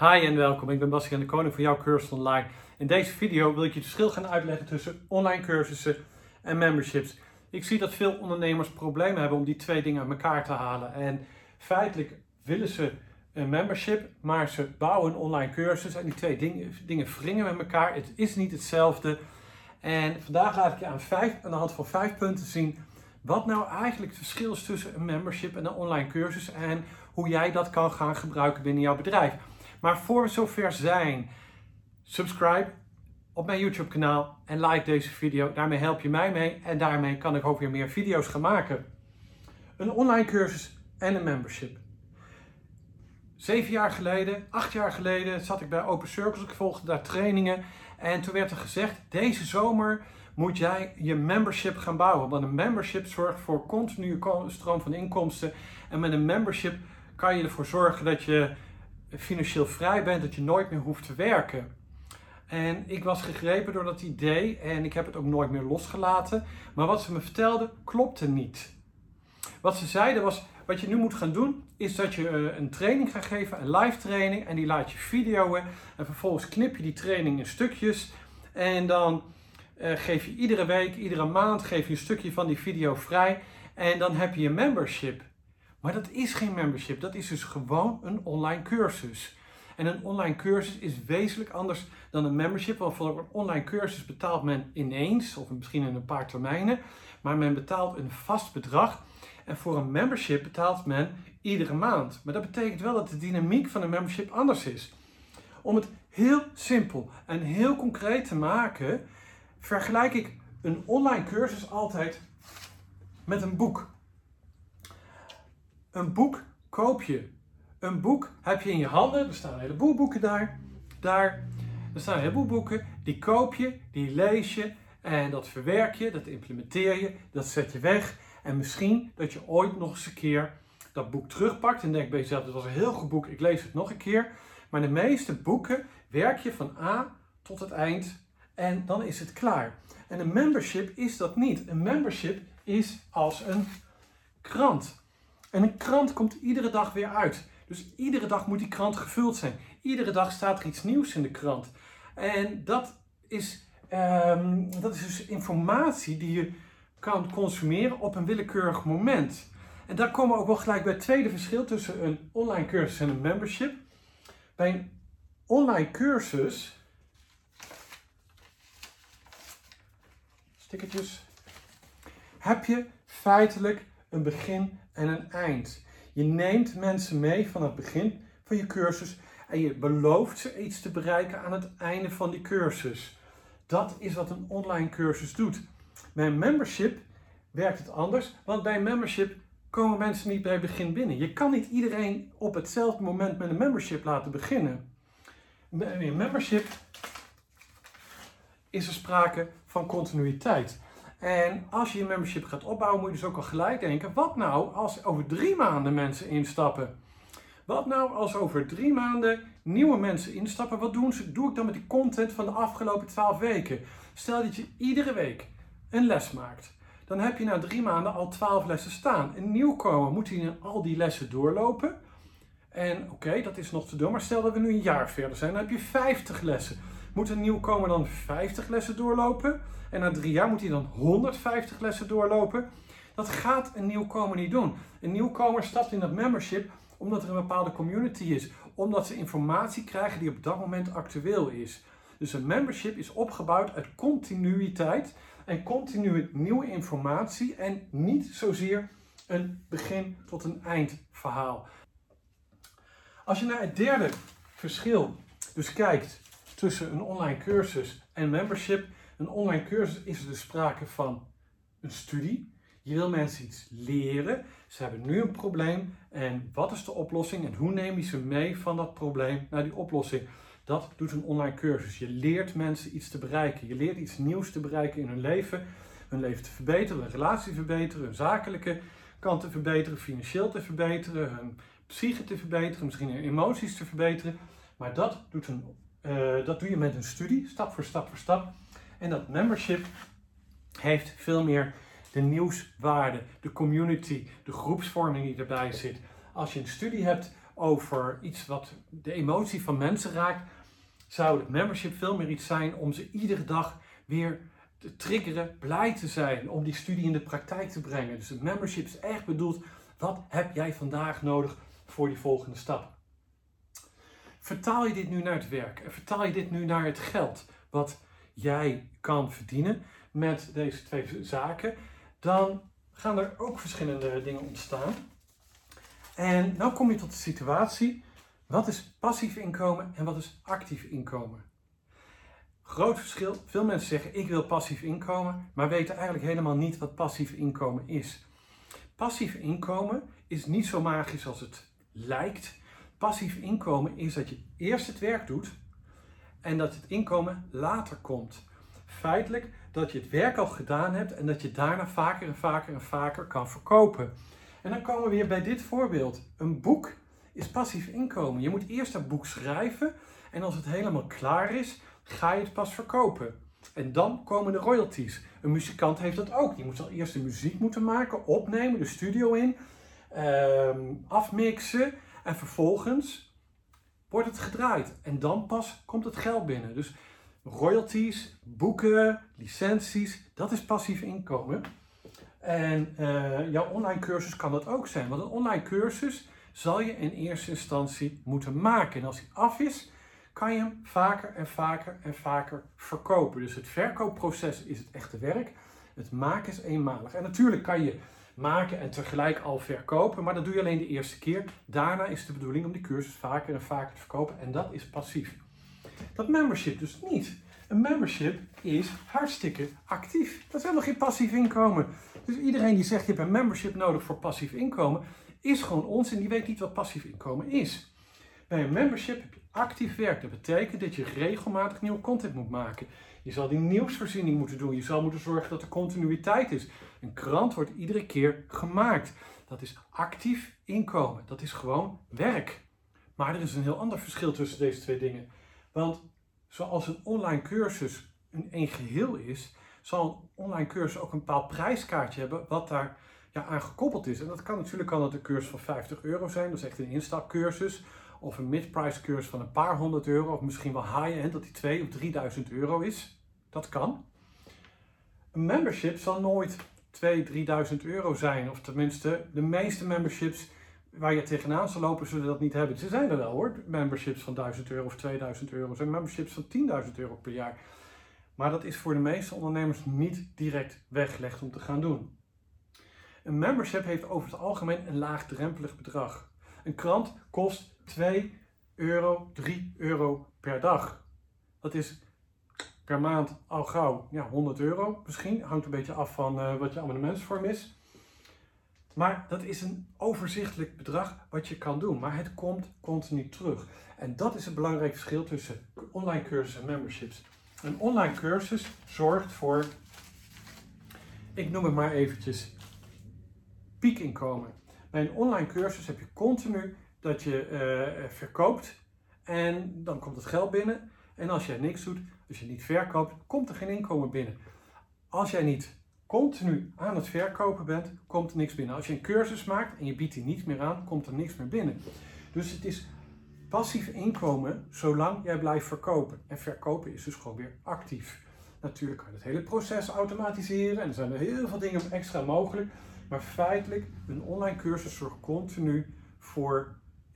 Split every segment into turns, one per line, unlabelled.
Hi en welkom, ik ben Bastiaan de Koning van jouw cursus online. In deze video wil ik je het verschil gaan uitleggen tussen online cursussen en memberships. Ik zie dat veel ondernemers problemen hebben om die twee dingen uit elkaar te halen. En feitelijk willen ze een membership, maar ze bouwen een online cursus en die twee dingen wringen met elkaar. Het is niet hetzelfde. En vandaag laat ik je aan de hand van 5 punten zien wat nou eigenlijk het verschil is tussen een membership en een online cursus en hoe jij dat kan gaan gebruiken binnen jouw bedrijf. Maar voor we zover zijn, subscribe op mijn YouTube kanaal en like deze video. Daarmee help je mij mee en daarmee kan ik ook weer meer video's gaan maken. Een online cursus en een membership. 7 jaar geleden, 8 jaar geleden zat ik bij Open Circles. Ik volgde daar trainingen en toen werd er gezegd, deze zomer moet jij je membership gaan bouwen. Want een membership zorgt voor continue stroom van inkomsten. En met een membership kan je ervoor zorgen dat je financieel vrij bent, dat je nooit meer hoeft te werken. En ik was gegrepen door dat idee en ik heb het ook nooit meer losgelaten. Maar wat ze me vertelden klopte niet. Wat ze zeiden was, wat je nu moet gaan doen, is dat je een training gaat geven, een live training. En die laat je videoen en vervolgens knip je die training in stukjes. En dan geef je iedere week, iedere maand geef je een stukje van die video vrij. En dan heb je een membership. Maar dat is geen membership, dat is dus gewoon een online cursus. En een online cursus is wezenlijk anders dan een membership. Want voor een online cursus betaalt men ineens, of misschien in een paar termijnen. Maar men betaalt een vast bedrag. En voor een membership betaalt men iedere maand. Maar dat betekent wel dat de dynamiek van een membership anders is. Om het heel simpel en heel concreet te maken, vergelijk ik een online cursus altijd met een boek. Een boek koop je. Een boek heb je in je handen. Er staan een heleboel boeken daar. Er staan een heleboel boeken. Die koop je, die lees je. En dat verwerk je, dat implementeer je, dat zet je weg. En misschien dat je ooit nog eens een keer dat boek terugpakt. En denk bij jezelf, dit was een heel goed boek, ik lees het nog een keer. Maar de meeste boeken werk je van A tot het eind. En dan is het klaar. En een membership is dat niet. Een membership is als een krant. En een krant komt iedere dag weer uit. Dus iedere dag moet die krant gevuld zijn. Iedere dag staat er iets nieuws in de krant. En dat is dus informatie die je kan consumeren op een willekeurig moment. En daar komen we ook wel gelijk bij het tweede verschil tussen een online cursus en een membership. Bij een online cursus, stickertjes, heb je feitelijk een begin en een eind. Je neemt mensen mee van het begin van je cursus en je belooft ze iets te bereiken aan het einde van die cursus. Dat is wat een online cursus doet. Bij een membership werkt het anders, want bij een membership komen mensen niet bij het begin binnen. Je kan niet iedereen op hetzelfde moment met een membership laten beginnen. Bij een membership is er sprake van continuïteit. En als je je membership gaat opbouwen, moet je dus ook al gelijk denken, wat nou als over 3 maanden mensen instappen? Wat nou als over 3 maanden nieuwe mensen instappen? Wat doe ik dan met die content van de afgelopen 12 weken? Stel dat je iedere week een les maakt. Dan heb je na 3 maanden al 12 lessen staan. Een nieuwkomer moet hij al die lessen doorlopen. En oké, dat is nog te doen. Maar stel dat we nu een jaar verder zijn, dan heb je 50 lessen. Moet een nieuwkomer dan 50 lessen doorlopen? En na 3 jaar moet hij dan 150 lessen doorlopen? Dat gaat een nieuwkomer niet doen. Een nieuwkomer stapt in dat membership omdat er een bepaalde community is. Omdat ze informatie krijgen die op dat moment actueel is. Dus een membership is opgebouwd uit continuïteit en continu nieuwe informatie en niet zozeer een begin tot een eind verhaal. Als je naar het derde verschil dus kijkt tussen een online cursus en membership. Een online cursus is er dus sprake van een studie. Je wil mensen iets leren. Ze hebben nu een probleem en wat is de oplossing en hoe neem je ze mee van dat probleem naar die oplossing? Dat doet een online cursus. Je leert mensen iets te bereiken. Je leert iets nieuws te bereiken in hun leven te verbeteren, hun relatie te verbeteren, hun zakelijke kant te verbeteren, financieel te verbeteren, hun psyche te verbeteren, misschien hun emoties te verbeteren. Maar dat doe je met een studie, stap voor stap voor stap. En dat membership heeft veel meer de nieuwswaarde, de community, de groepsvorming die erbij zit. Als je een studie hebt over iets wat de emotie van mensen raakt, zou het membership veel meer iets zijn om ze iedere dag weer te triggeren, blij te zijn, om die studie in de praktijk te brengen. Dus het membership is echt bedoeld, wat heb jij vandaag nodig voor die volgende stap? Vertaal je dit nu naar het werk en vertaal je dit nu naar het geld wat jij kan verdienen met deze twee zaken, dan gaan er ook verschillende dingen ontstaan. En nou kom je tot de situatie, wat is passief inkomen en wat is actief inkomen? Groot verschil, veel mensen zeggen ik wil passief inkomen, maar weten eigenlijk helemaal niet wat passief inkomen is. Passief inkomen is niet zo magisch als het lijkt. Passief inkomen is dat je eerst het werk doet en dat het inkomen later komt. Feitelijk dat je het werk al gedaan hebt en dat je daarna vaker en vaker en vaker kan verkopen. En dan komen we weer bij dit voorbeeld. Een boek is passief inkomen. Je moet eerst dat boek schrijven en als het helemaal klaar is, ga je het pas verkopen. En dan komen de royalties. Een muzikant heeft dat ook. Die moet al eerst de muziek moeten maken, opnemen, de studio in, afmixen en vervolgens wordt het gedraaid. En dan pas komt het geld binnen. Dus royalties, boeken, licenties, dat is passief inkomen. En jouw online cursus kan dat ook zijn. Want een online cursus zal je in eerste instantie moeten maken. En als die af is, kan je hem vaker en vaker en vaker verkopen. Dus het verkoopproces is het echte werk. Het maken is eenmalig. En natuurlijk kan je maken en tegelijk al verkopen, maar dat doe je alleen de eerste keer. Daarna is de bedoeling om die cursus vaker en vaker te verkopen en dat is passief. Dat membership dus niet. Een membership is hartstikke actief. Dat is helemaal geen passief inkomen. Dus iedereen die zegt je hebt een membership nodig voor passief inkomen, is gewoon onzin. Die weet niet wat passief inkomen is. Bij een membership heb je actief werk. Dat betekent dat je regelmatig nieuwe content moet maken. Je zal die nieuwsvoorziening moeten doen. Je zal moeten zorgen dat er continuïteit is. Een krant wordt iedere keer gemaakt. Dat is actief inkomen. Dat is gewoon werk. Maar er is een heel ander verschil tussen deze twee dingen. Want zoals een online cursus een geheel is, zal een online cursus ook een bepaald prijskaartje hebben wat daar aan gekoppeld is. En dat kan natuurlijk een cursus van €50 zijn. Dat is echt een instapcursus. Of een mid-price cursus van een paar €100. Of misschien wel high-end dat die 2.000 of 3.000 euro is. Dat kan. Een membership zal nooit 2.000, 3.000 euro zijn. Of tenminste, de meeste memberships waar je tegenaan zal lopen zullen dat niet hebben. Ze zijn er wel hoor. Memberships van €1.000 of €2.000. Er zijn memberships van €10.000 per jaar. Maar dat is voor de meeste ondernemers niet direct weggelegd om te gaan doen. Een membership heeft over het algemeen een laagdrempelig bedrag. Een krant kost €2, €3 per dag. Dat is per maand al gauw €100 misschien. Hangt een beetje af van wat je abonnementsvorm is. Maar dat is een overzichtelijk bedrag wat je kan doen. Maar het komt continu terug. En dat is het belangrijke verschil tussen online cursussen en memberships. Een online cursus zorgt voor, ik noem het maar eventjes, piekinkomen. Bij een online cursus heb je continu dat je verkoopt en dan komt het geld binnen. En als jij niks doet, als je niet verkoopt, komt er geen inkomen binnen. Als jij niet continu aan het verkopen bent, komt er niks binnen. Als je een cursus maakt en je biedt die niet meer aan, komt er niks meer binnen. Dus het is passief inkomen zolang jij blijft verkopen. En verkopen is dus gewoon weer actief. Natuurlijk kan je het hele proces automatiseren en er zijn er heel veel dingen extra mogelijk. Maar feitelijk, een online cursus zorgt continu voor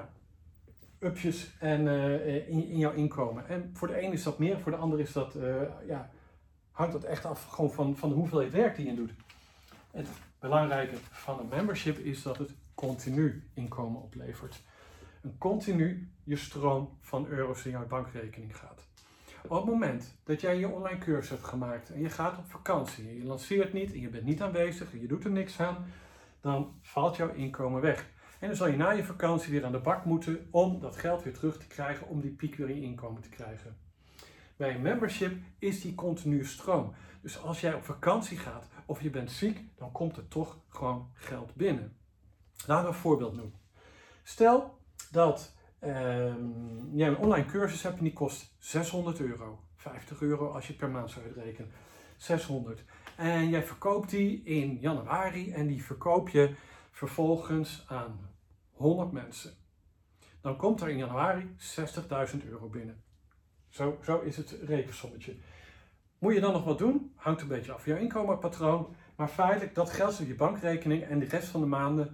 upjes en, in jouw inkomen. En voor de een is dat meer, voor de ander is dat, hangt dat echt af gewoon van de hoeveelheid werk die je doet. Het belangrijke van een membership is dat het continu inkomen oplevert. Een continu je stroom van euro's in jouw bankrekening gaat. Op het moment dat jij je online cursus hebt gemaakt en je gaat op vakantie en je lanceert niet en je bent niet aanwezig en je doet er niks aan, dan valt jouw inkomen weg. En dan zal je na je vakantie weer aan de bak moeten om dat geld weer terug te krijgen, om die piek weer in je inkomen te krijgen. Bij een membership is die continue stroom. Dus als jij op vakantie gaat of je bent ziek, dan komt er toch gewoon geld binnen. Laten we een voorbeeld noemen. Stel dat jij een online cursus hebt en die kost €600. €50 als je het per maand zou uitrekenen. 600. En jij verkoopt die in januari en die verkoop je vervolgens aan 100 mensen. dan komt er in januari 60.000 euro binnen. Zo is het rekensommetje. Moet je dan nog wat doen? Hangt een beetje af van jouw inkomenpatroon. Maar feitelijk, dat geld zit op je bankrekening en de rest van de maanden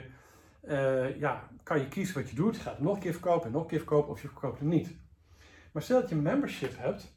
kan je kiezen wat je doet. Je gaat hem nog een keer verkopen en nog een keer verkopen of je verkoopt hem niet. Maar stel dat je een membership hebt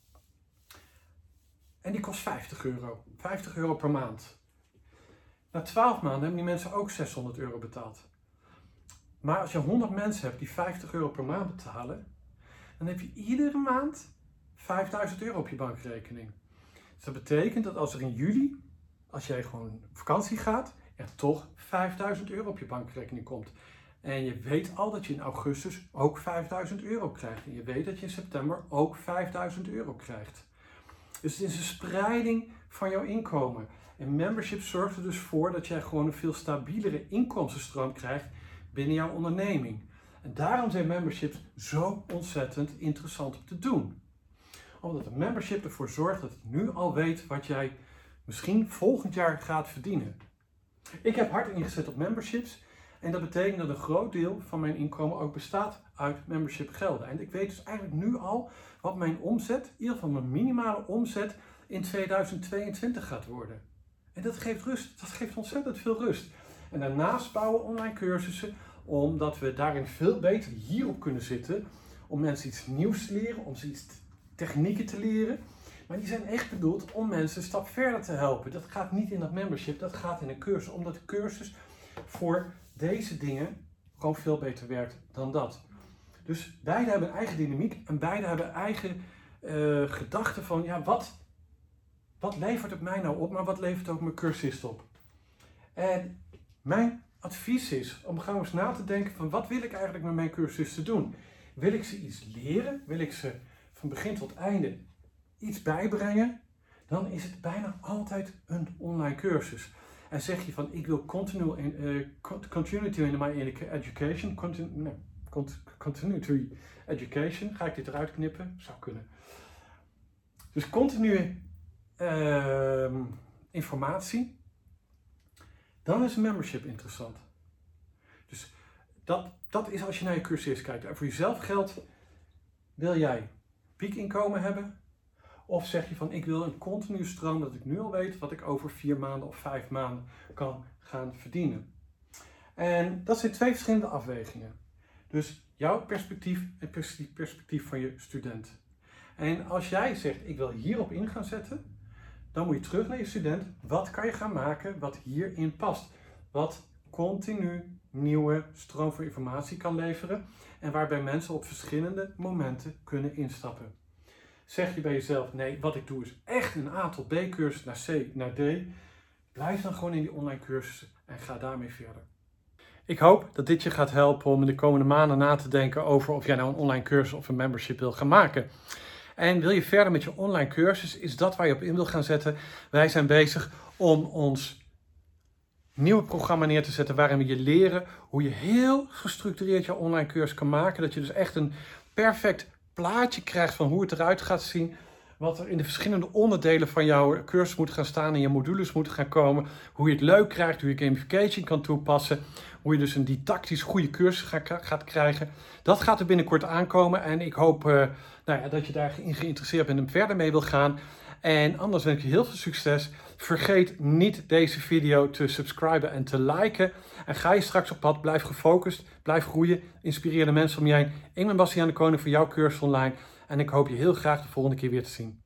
en die kost 50 euro. 50 euro per maand. Na 12 maanden hebben die mensen ook 600 euro betaald. Maar als je 100 mensen hebt die 50 euro per maand betalen, dan heb je iedere maand 5000 euro op je bankrekening. Dus dat betekent dat als er in juli, als jij gewoon op vakantie gaat, er toch 5000 euro op je bankrekening komt. En je weet al dat je in augustus ook 5000 euro krijgt. En je weet dat je in september ook 5000 euro krijgt. Dus het is een spreiding van jouw inkomen. En membership zorgt er dus voor dat jij gewoon een veel stabielere inkomstenstroom krijgt binnen jouw onderneming. En daarom zijn memberships zo ontzettend interessant om te doen. Omdat een membership ervoor zorgt dat je nu al weet wat jij misschien volgend jaar gaat verdienen. Ik heb hard ingezet op memberships. En dat betekent dat een groot deel van mijn inkomen ook bestaat uit membership gelden. En ik weet dus eigenlijk nu al wat mijn omzet, in ieder geval mijn minimale omzet, in 2022 gaat worden. En dat geeft rust. Dat geeft ontzettend veel rust. En daarnaast bouwen we online cursussen, omdat we daarin veel beter hierop kunnen zitten. Om mensen iets nieuws te leren, om ze iets technieken te leren. Maar die zijn echt bedoeld om mensen een stap verder te helpen. Dat gaat niet in dat membership, dat gaat in een cursus. Omdat de cursus voor deze dingen gewoon veel beter werkt dan dat. Dus beide hebben een eigen dynamiek en beide hebben eigen gedachten van, ja, wat levert het mij nou op, maar wat levert ook mijn cursist op? En mijn advies is om gewoon eens na te denken van, wat wil ik eigenlijk met mijn cursisten doen? Wil ik ze iets leren? Wil ik ze van begin tot einde iets bijbrengen? Dan is het bijna altijd een online cursus. En zeg je van, ik wil continuity in my education, continuity education, ga ik dit eruit knippen? Zou kunnen. Dus continue informatie, dan is een membership interessant. Dus dat is als je naar je cursus kijkt. En voor jezelf geldt, wil jij piekinkomen hebben? Of zeg je van, ik wil een continue stroom dat ik nu al weet wat ik over 4 maanden of 5 maanden kan gaan verdienen. En dat zijn 2 verschillende afwegingen. Dus jouw perspectief en het perspectief van je student. En als jij zegt, ik wil hierop in gaan zetten, dan moet je terug naar je student. Wat kan je gaan maken wat hierin past? Wat continu nieuwe stroom van informatie kan leveren en waarbij mensen op verschillende momenten kunnen instappen. Zeg je bij jezelf, nee, wat ik doe is echt een A tot B cursus naar C naar D. Blijf dan gewoon in die online cursussen en ga daarmee verder. Ik hoop dat dit je gaat helpen om in de komende maanden na te denken over of jij nou een online cursus of een membership wil gaan maken. En wil je verder met je online cursus, is dat waar je op in wil gaan zetten. Wij zijn bezig om ons nieuwe programma neer te zetten waarin we je leren hoe je heel gestructureerd je online cursus kan maken. Dat je dus echt een perfect plaatje krijgt van hoe het eruit gaat zien. Wat er in de verschillende onderdelen van jouw cursus moet gaan staan en je modules moeten gaan komen. Hoe je het leuk krijgt, hoe je gamification kan toepassen. Hoe je dus een didactisch goede cursus gaat krijgen. Dat gaat er binnenkort aankomen en ik hoop dat je daarin geïnteresseerd bent en verder mee wil gaan. En anders wens ik je heel veel succes. Vergeet niet deze video te subscriben en te liken. En ga je straks op pad, blijf gefocust, blijf groeien. Inspireer de mensen om je heen. Ik ben Bastiaan de Koning voor jouw cursus online. En ik hoop je heel graag de volgende keer weer te zien.